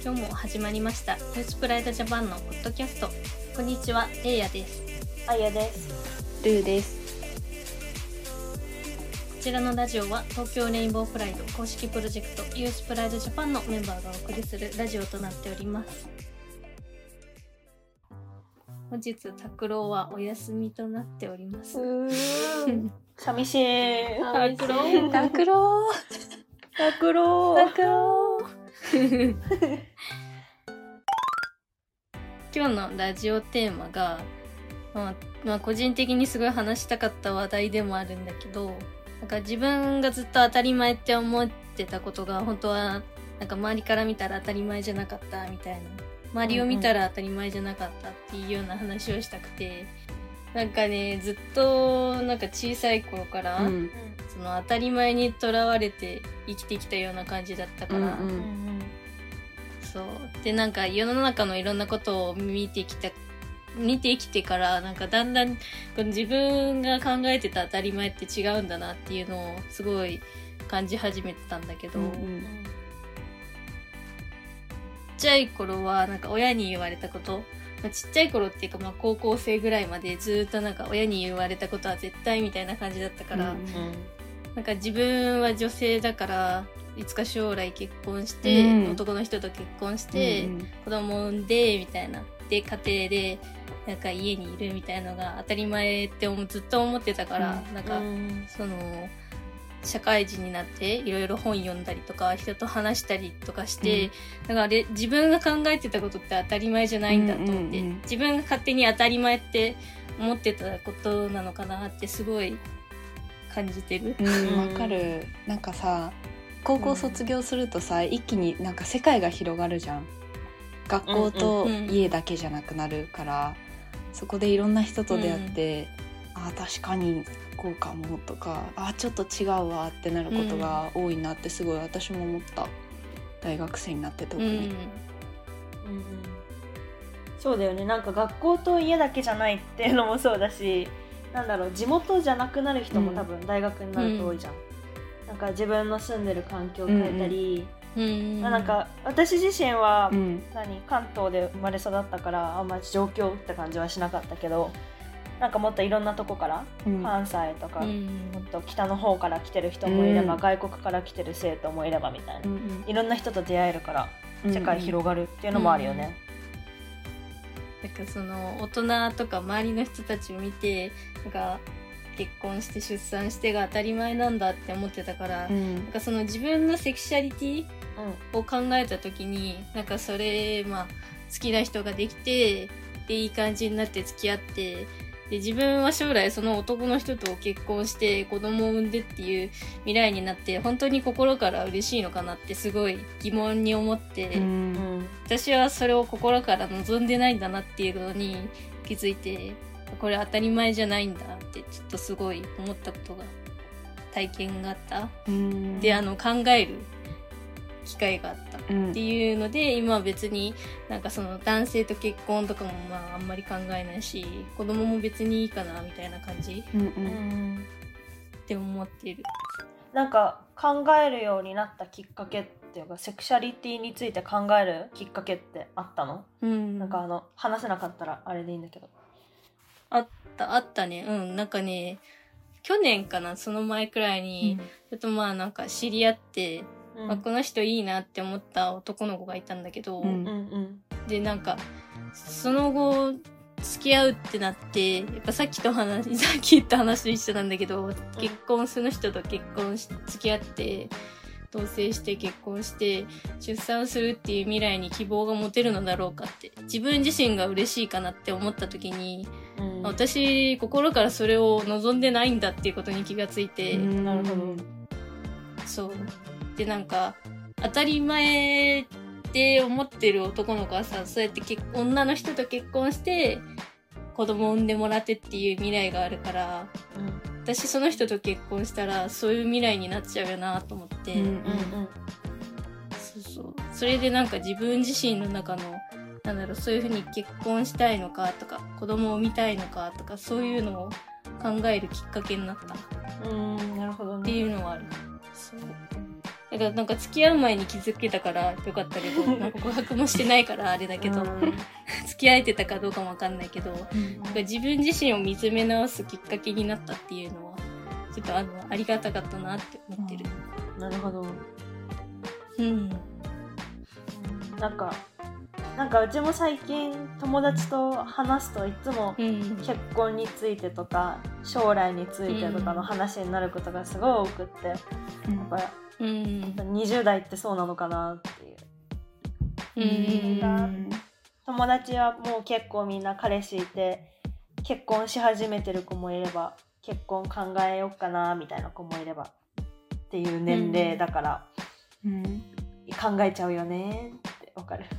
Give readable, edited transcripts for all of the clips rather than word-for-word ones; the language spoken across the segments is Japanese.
今日も始まりましたユースプライドジャパンのポッドキャスト。こんにちは、レイヤです。 あやです。 ルーです。 こちらのラジオは東京レインボープライド公式プロジェクトユースプライドジャパンのメンバーがお送りするラジオとなっております。本日拓郎はお休みとなっております。 寂しい。 拓郎今日のラジオテーマが、まあ個人的にすごい話したかった話題でもあるんだけど、なんか自分がずっと当たり前って思ってたことが本当はなんか周りから見たら当たり前じゃなかったみたいな、周りを見たら当たり前じゃなかったっていうような話をしたくて、なんかね、ずっとなんか小さい頃から、その当たり前にとらわれて生きてきたような感じだったから、そうで、なんか世の中のいろんなことを見てきてから、なんかだんだんこの自分が考えてた当たり前って違うんだなっていうのをすごい感じ始めてたんだけど、ちっちゃい頃はなんか親に言われたこと、ちっちゃい頃っていうか、高校生ぐらいまでずっとなんか親に言われたことは絶対みたいな感じだったから、なんか自分は女性だからいつか将来結婚して、男の人と結婚して、子供産んでみたいな、で家庭でなんか家にいるみたいなのが当たり前ってずっと思ってたから、なんかその社会人になっていろいろ本読んだりとか人と話したりとかして、だから自分が考えてたことって当たり前じゃないんだと思って、自分が勝手に当たり前って思ってたことなのかなってすごい感じてる。 わかる。なんかさ、高校卒業するとさ、一気になんか世界が広がるじゃん。学校と家だけじゃなくなるから、そこでいろんな人と出会って、確かにこうかもとか、ちょっと違うわってなることが多いなってすごい私も思った。大学生になって特に。 そうだよね。なんか学校と家だけじゃないっていうのもそうだし、なんだろう、地元じゃなくなる人も多分大学になると多いじゃん。なんか自分の住んでる環境を変えたり、なんか私自身は、関東で生まれ育ったからあんまり上京って感じはしなかったけど、なんかもっといろんなとこから、関西とか、もっと北の方から来てる人もいれば、外国から来てる生徒もいればみたいな、いろんな人と出会えるから世界広がるっていうのもあるよね。 なんかその大人とか周りの人たちを見て、なんか結婚して出産してが当たり前なんだって思ってたから、なんかその自分のセクシャリティを考えた時に、なんかそれ好きな人ができて、でいい感じになって付き合って、で自分は将来その男の人と結婚して子供を産んでっていう未来になって本当に心から嬉しいのかなってすごい疑問に思って、私はそれを心から望んでないんだなっていうのに気づいて、これ当たり前じゃないんだってちょっとすごい思ったことが、体験があった。で考える機会があったっていうので、今は別になんかその男性と結婚とかもあんまり考えないし、子供も別にいいかなみたいな感じって思っている。 なんか考えるようになったきっかけっていうか、セクシャリティについて考えるきっかけってあったの？なんか話せなかったらあれでいいんだけど。 あったね。なんかね、去年かな、その前くらいに、ちょっとなんか知り合って、この人いいなって思った男の子がいたんだけど、でなんかその後付き合うってなって、やっぱさっき言った話と一緒なんだけど、その人と結婚し付き合って同棲して結婚して出産するっていう未来に希望が持てるのだろうかって、自分自身が嬉しいかなって思った時に、私心からそれを望んでないんだっていうことに気がついて、 なるほど。 そうで、なんか当たり前って思ってる男の子はさ、そうやって女の人と結婚して子供を産んでもらってっていう未来があるから、私その人と結婚したらそういう未来になっちゃうよなと思って、それでなんか自分自身の中のそういう風に結婚したいのかとか子供を産みたいのかとか、そういうのを考えるきっかけになった。 なるほどね。 っていうのはある。そうだからなんか付き合う前に気づけたからよかったけど、なんか告白もしてないからあれだけど、付き合えてたかどうかもわかんないけど、なんか自分自身を見つめ直すきっかけになったっていうのは、ちょっとありがたかったなって思ってる。 なるほど。 うん。 なんかうちも最近友達と話すといつも結婚についてとか将来についてとかの話になることがすごい多くって、やっぱ20代ってそうなのかなっていう。友達はもう結構みんな彼氏いて結婚し始めてる子もいれば、結婚考えようかなみたいな子もいればっていう年齢だから、考えちゃうよねってわかる。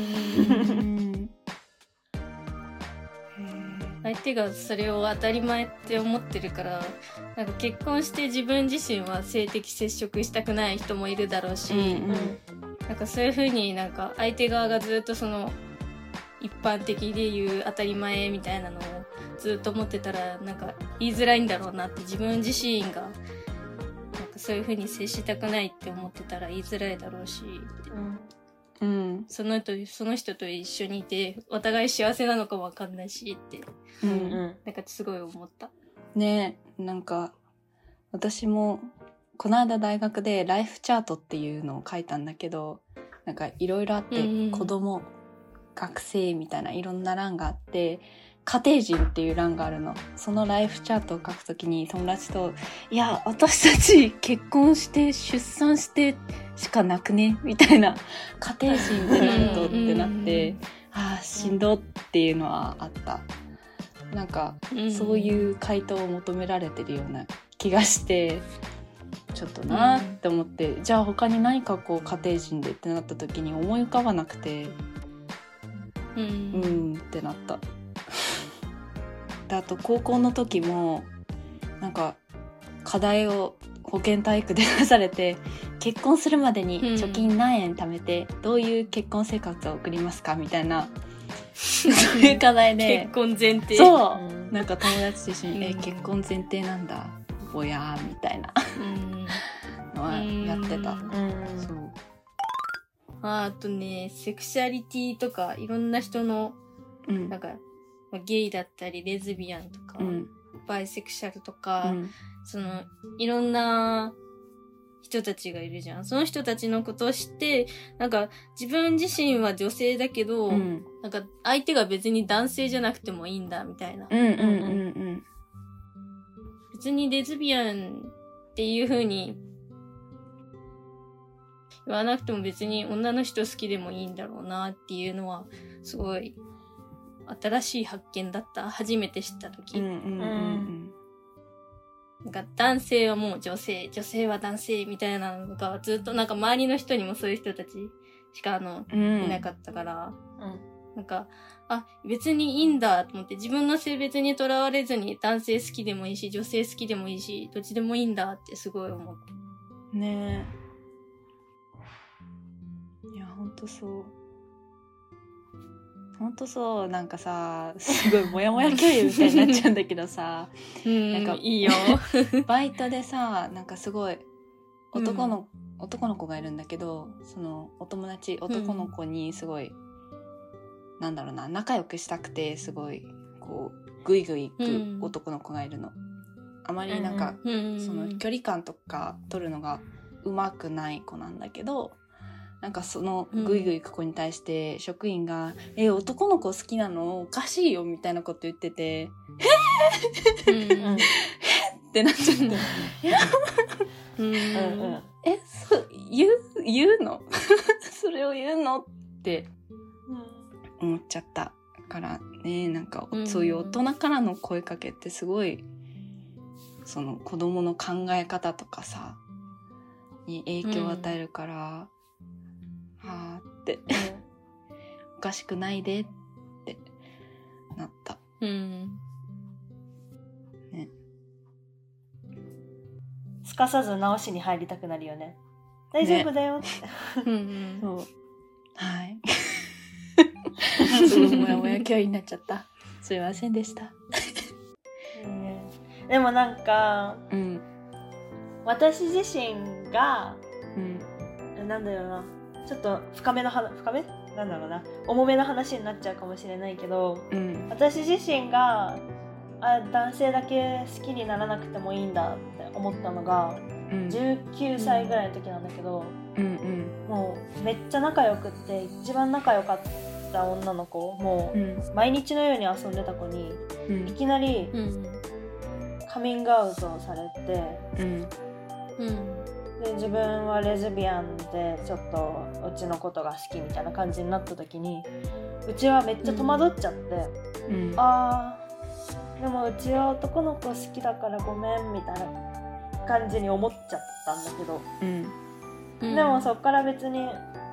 相手がそれを当たり前って思ってるから、なんか結婚して自分自身は性的接触したくない人もいるだろうし、なんかそういう風になんか相手側がずっとその一般的で言う当たり前みたいなのをずっと思ってたら、なんか言いづらいんだろうなって、自分自身がなんかそういう風に接したくないって思ってたら言いづらいだろうし、その人と一緒にいてお互い幸せなのかもわかんないしって、なんかすごい思ったね。なんか私もこの間大学でライフチャートっていうのを書いたんだけど、なんかいろいろあって、子供、学生みたいないろんな欄があって、家庭人っていう欄があるの。そのライフチャートを書くときに友達と、いや私たち結婚して出産してしかなくねみたいな、家庭人ってなんとってなって、しんどっていうのはあった。なんかそういう回答を求められてるような気がしてちょっとなって思って、じゃあ他に何かこう家庭人でってなった時に思い浮かばなくて、ってなった。であと高校の時もなんか課題を保健体育で出されて、結婚するまでに貯金何円貯めてどういう結婚生活を送りますかみたいなそういう課題で結婚前提、 そう、なんか友達と一緒に結婚前提なんだぼやーみたいなのはやってた。そう。 あとね、セクシャリティとかいろんな人の、なんかゲイだったりレズビアンとか、バイセクシャルとか、そのいろんな人たちがいるじゃん。その人たちのことを知って、なんか自分自身は女性だけど、なんか相手が別に男性じゃなくてもいいんだみたいな。別にレズビアンっていう風に言わなくても別に女の人好きでもいいんだろうなっていうのはすごい新しい発見だった。初めて知った時。なんか男性はもう女性は男性みたいなのがずっとなんか周りの人にもそういう人たちしかいなかったから、なんか別にいいんだと思って、自分の性別にとらわれずに男性好きでもいいし女性好きでもいいしどっちでもいいんだってすごい思ったね。いやほんとそうほんとそう。なんかさすごいモヤモヤ共有みたいになっちゃうんだけどさなんかいいよバイトでさ、なんかすごい男の子がいるんだけど、そのお友達男の子にすごい、なんだろうな、仲良くしたくてすごいこうグイグイ行く男の子がいるの。あまりなんか、その距離感とか取るのがうまくない子なんだけど、なんかそのグイグイ行く子に対して職員が男の子好きなのおかしいよみたいなこと言っててってなっちゃってそう言うのそれを言うのって思っちゃったからね。なんかそういう大人からの声かけってすごいその子供の考え方とかさに影響を与えるから、はーっておかしくないでってなった。ね。 すかさず直しに入りたくなるよね。大丈夫だよって。 そう。はい。すごいモヤモヤ共有になっちゃった。すいませんでした。 でもなんか、私自身がなんだろうな、ちょっと深めなんだろうな、重めの話になっちゃうかもしれないけど、私自身が男性だけ好きにならなくてもいいんだって思ったのが、19歳ぐらいの時なんだけど、もうめっちゃ仲良くって、一番仲良かった女の子、もう毎日のように遊んでた子に、いきなりカミングアウトをされて、で自分はレズビアンでちょっとうちのことが好きみたいな感じになった時に、うちはめっちゃ戸惑っちゃって、でもうちは男の子好きだからごめんみたいな感じに思っちゃったんだけど、でもそっから別に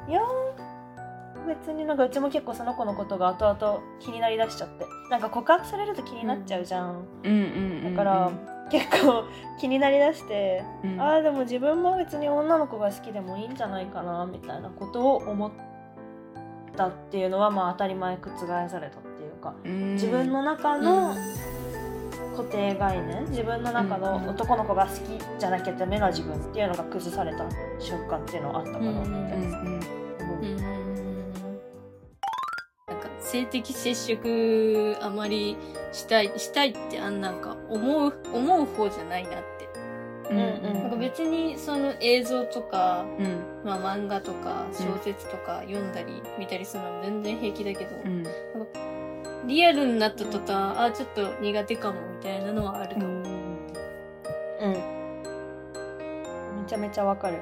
別になんかうちも結構その子のことが後々気になりだしちゃって、なんか告白されると気になっちゃうじゃん、だから結構気になりだして、でも自分も別に女の子が好きでもいいんじゃないかなみたいなことを思ったっていうのは、まあ当たり前覆されたっていうか、自分の中の固定概念、自分の中の男の子が好きじゃなきゃダメな自分っていうのが崩された瞬間っていうのはあったかなみたいな。 性的接触あまりしたいってなんか思う方じゃないなって、なんか別にその映像とか、まあ漫画とか小説とか読んだり見たりするのは全然平気だけど、なんかリアルになった途端ちょっと苦手かもみたいなのはあると思う。 めちゃめちゃわかる。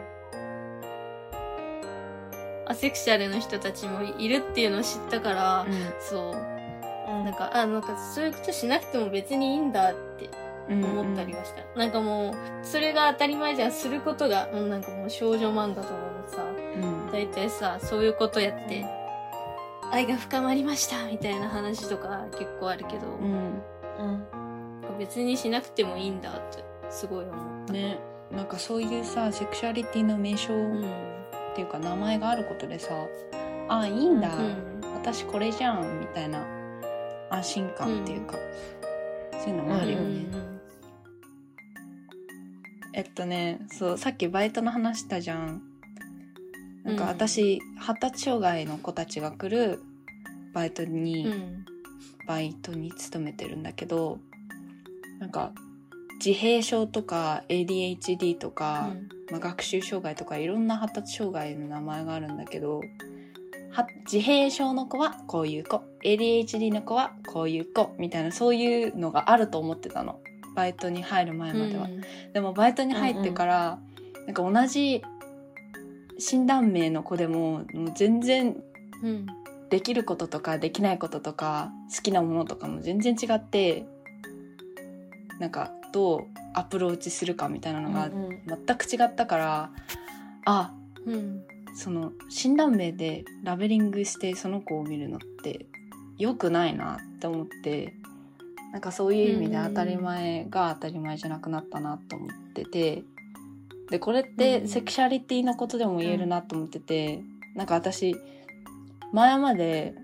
アセクシャルの人たちもいるっていうのを知ったから、なんかそういうことしなくても別にいいんだって思ったりはした。なんかもうそれが当たり前じゃん、することがなんかもう少女漫画とかもさ、大体さそういうことやって愛が深まりましたみたいな話とか結構あるけど、別にしなくてもいいんだってすごい思ったね。なんかそういうさセクシュアリティの名称っていうか名前があることでさ、いいんだ、私これじゃんみたいな安心感っていうか、そういうのもあるよね。そうさっきバイトの話したじゃん。なんか私、発達障害の子たちが来るバイトに勤めてるんだけど、なんか自閉症とか ADHD とか、学習障害とかいろんな発達障害の名前があるんだけど、自閉症の子はこういう子、 ADHD の子はこういう子みたいな、そういうのがあると思ってたの、バイトに入る前までは。でもバイトに入ってから、なんか同じ診断名の子でも全然できることとかできないこととか好きなものとかも全然違って、なんかどうアプローチするかみたいなのが全く違ったから、その診断名でラベリングしてその子を見るのって良くないなって思って、なんかそういう意味で当たり前が当たり前じゃなくなったなと思ってて、でこれってセクシャリティのことでも言えるなと思ってて、なんか私前まで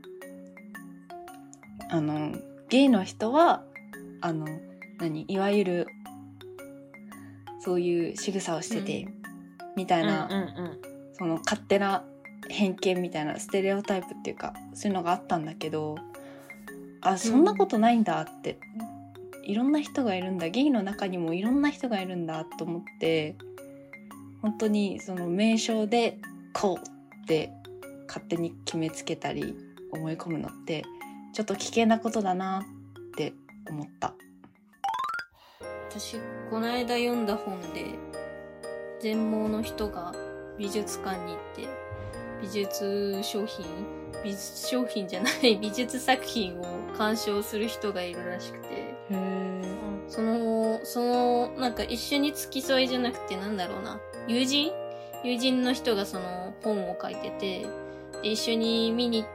ゲイの人はいわゆるそういう仕草をしてて、みたいな、その勝手な偏見みたいなステレオタイプっていうかそういうのがあったんだけど、そんなことないんだって、いろんな人がいるんだ、ゲイの中にもいろんな人がいるんだと思って、本当にその名称でこうって勝手に決めつけたり思い込むのってちょっと危険なことだなって思った。 私この間読んだ本で、全盲の人が美術館に行って美術作品を鑑賞する人がいるらしくて、そのなんか一緒に付き添いじゃなくて、なんだろうな、友人の人がその本を書いてて、で一緒に見に行って、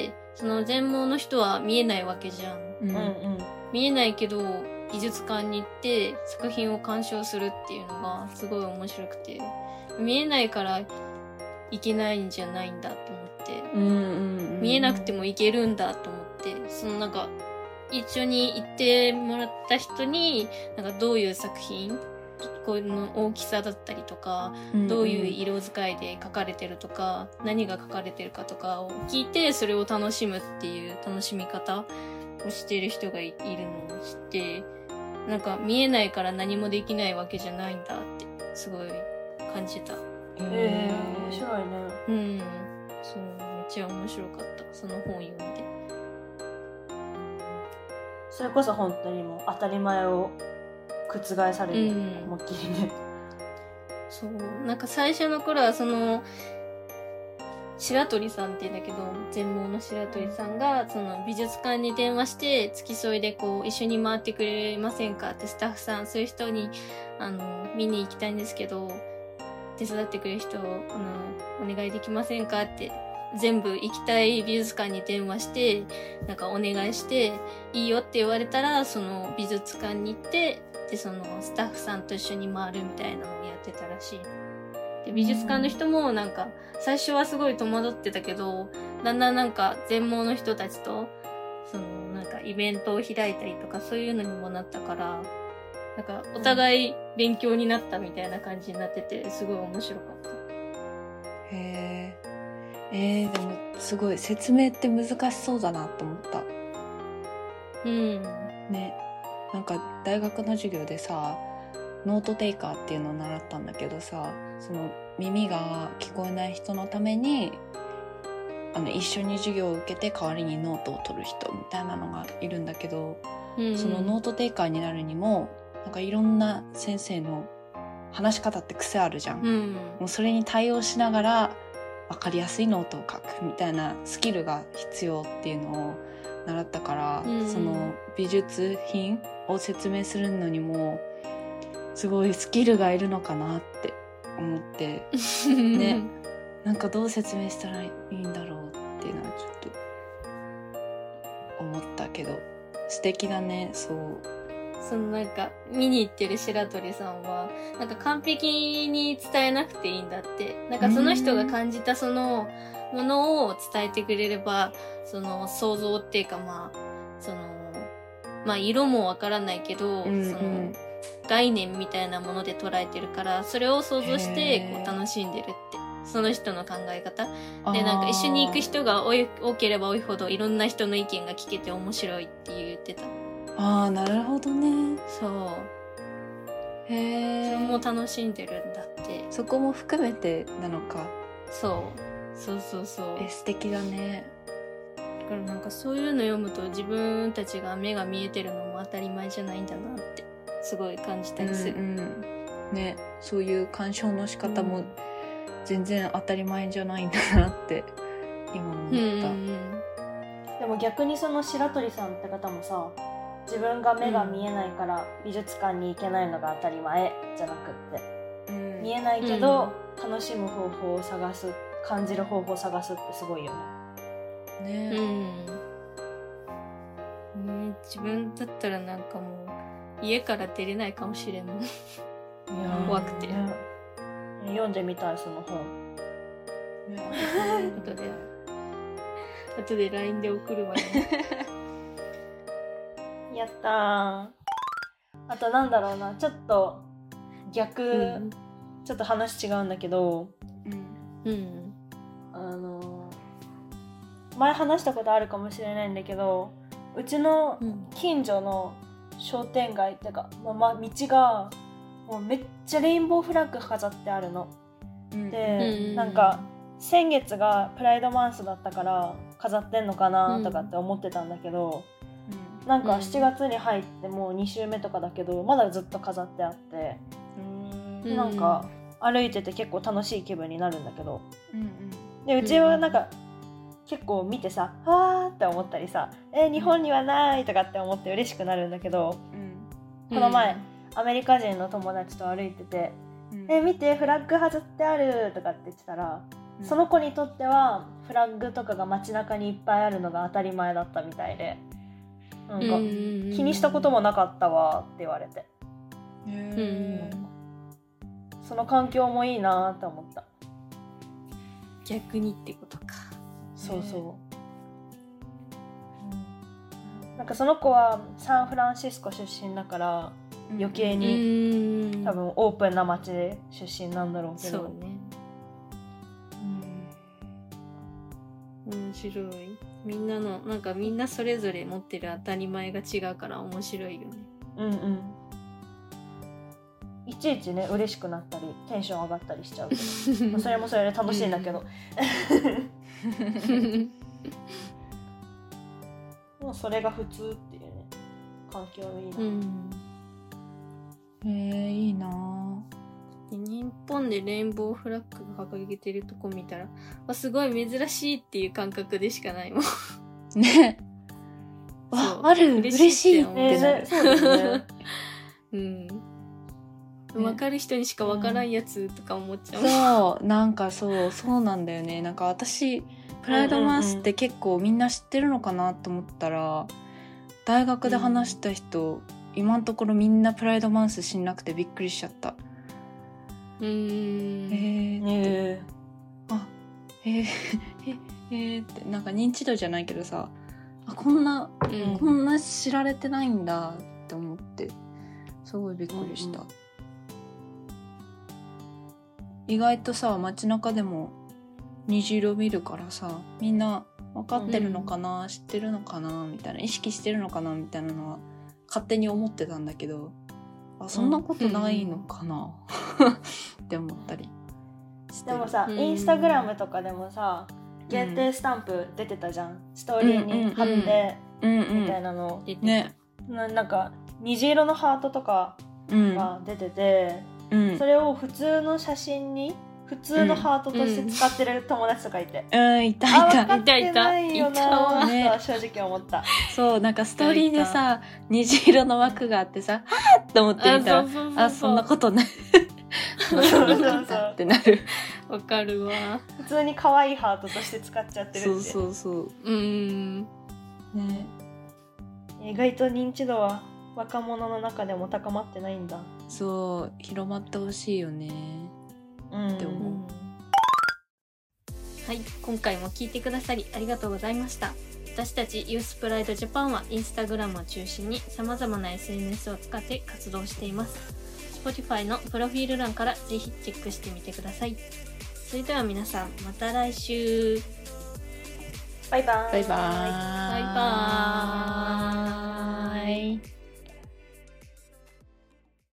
その全盲の人は見えないわけじゃん、見えないけど美術館に行って作品を鑑賞するっていうのがすごい面白くて、見えないからいけないんじゃないんだと思って、見えなくてもいけるんだと思って、そのなんか一緒に行ってもらった人になんかどういう作品この大きさだったりとか、どういう色使いで描かれてるとか、何が描かれてるかとかを聞いて、それを楽しむっていう楽しみ方をしてる人がいるのを知って、なんか見えないから何もできないわけじゃないんだってすごい感じた。 面白いね。 そう、めっちゃ面白かった、その本読んで。 それこそ本当にもう当たり前を覆される、思いっきりね。 そう、なんか最初の頃はその白鳥さんって言うんだけど、全盲の白鳥さんがその美術館に電話して付き添いでこう一緒に回ってくれませんかってスタッフさん、そういう人に見に行きたいんですけど手伝ってくれる人をお願いできませんかって全部行きたい美術館に電話してなんかお願いしていいよって言われたらその美術館に行ってでそのスタッフさんと一緒に回るみたいなのをやってたらしい。で美術館の人もなんか最初はすごい戸惑ってたけどだんだんなんか全盲の人たちとそのなんかイベントを開いたりとかそういうのにもなったからなんかお互い勉強になったみたいな感じになっててすごい面白かった。 へえ。でもすごい説明って難しそうだなと思った。ね、なんか大学の授業でさノートテイカーっていうのを習ったんだけどさ、その耳が聞こえない人のために一緒に授業を受けて代わりにノートを取る人みたいなのがいるんだけど、そのノートテイカーになるにもなんかいろんな先生の話し方って癖あるじゃん、もうそれに対応しながら分かりやすいノートを書くみたいなスキルが必要っていうのを習ったから、その美術品を説明するのにもすごいスキルがいるのかなって思ってね、なんかどう説明したらいいんだろうっていうのはちょっと思ったけど素敵だね。 そのなんか見に行ってる白鳥さんはなんか完璧に伝えなくていいんだって、なんかその人が感じたそのものを伝えてくれればその想像っていうかまあ色もわからないけど、その概念みたいなもので捉えてるからそれを想像してこう楽しんでるってその人の考え方で、なんか一緒に行く人が多ければ多いほどいろんな人の意見が聞けて面白いって言ってた。 なるほどね。 そうそれも楽しんでるんだって。 そこも含めてなのか。 そう素敵だね。 だからなんかそういうの読むと自分たちが目が見えてるのも当たり前じゃないんだなってすごい感じたりする、 ね、そういう鑑賞の仕方も全然当たり前じゃないんだなって今思った、 でも逆にその白鳥さんって方もさ自分が目が見えないから美術館に行けないのが当たり前じゃなくって、見えないけど、楽しむ方法を探す感じる方法を探すってすごいよね。 自分だったらなんかもう家から出れないかもしれんもん怖くて、 読んでみたいその本。 後で LINE で送るわねやったー。あとなんだろうな、ちょっと逆、ちょっと話違うんだけど、前話したことあるかもしれないんだけど、うちの近所の商店街ってか、道がもうめっちゃレインボーフラッグ飾ってあるの、で、なんか先月がプライドマンスだったから飾ってんのかなとかって思ってたんだけど、なんか7月に入ってもう2週目とかだけどまだずっと飾ってあって、なんか歩いてて結構楽しい気分になるんだけど、でうちはなんか結構見てさわーって思ったりさ、日本にはないとかって思って嬉しくなるんだけど、この前アメリカ人の友達と歩いてて、見てフラッグ飾ってあるとかって言ってたら、その子にとってはフラッグとかが街中にいっぱいあるのが当たり前だったみたいで、なんか気にしたこともなかったわって言われて、その環境もいいなって思った。 逆にってことか。 そうそう、なんかその子はサンフランシスコ出身だから余計に多分オープンな街で出身なんだろうけど。 そうね。面白い。みんなのなんかみんなそれぞれ持ってる当たり前が違うから面白いよね。 うんうん。いちいちね嬉しくなったりテンション上がったりしちゃうけどまあそれもそれで楽しいんだけど、もうそれが普通っていうね環境いいな。 いいな。 日本でレインボーフラッグが掲げてるとこ見たらすごい珍しいっていう感覚でしかないもんね。ある嬉しいってなる。 そうですね。 分かる人にしか分からんやつとか思っちゃう、 そうなんかそうなんだよね。なんか私プライドマンスって結構みんな知ってるのかなと思ったら、大学で話した人、今のところみんなプライドマンス知んなくてびっくりしちゃった。ってなんか認知度じゃないけどさ、こんな知られてないんだって思ってすごいびっくりした。意外とさ街中でも虹色見るからさ、みんな分かってるのかな、知ってるのかなみたいな、意識してるのかなみたいなのは勝手に思ってたんだけど、そんなことないのかな、って思ったりしてる。 でもさ、インスタグラムとかでもさ限定スタンプ出てたじゃん、ストーリーに貼ってみたいなの、 ね、 なんか虹色のハートとかが出てて、それを普通の写真に普通のハートとして使ってる友達とかいて、 いた分かってないよなー、正直思った。 そうなんかストーリーでさ虹色の枠があってさ、はぁって思ってみたら、そんなことないってなる。 わかるわ。 普通に可愛いハートとして使っちゃってるって。 そうね。 意外と認知度は若者の中でも高まってないんだ。 そう広まってほしいよね、って思う。 はい、今回も聞いてくださりありがとうございました。私たちユースプライドジャパンはインスタグラムを中心に様々な SNS を使って活動しています。Spotify のプロフィール欄からぜひチェックしてみてください。それでは皆さんまた来週。 バイバーイ。 バイバーイ。 バイバーイ。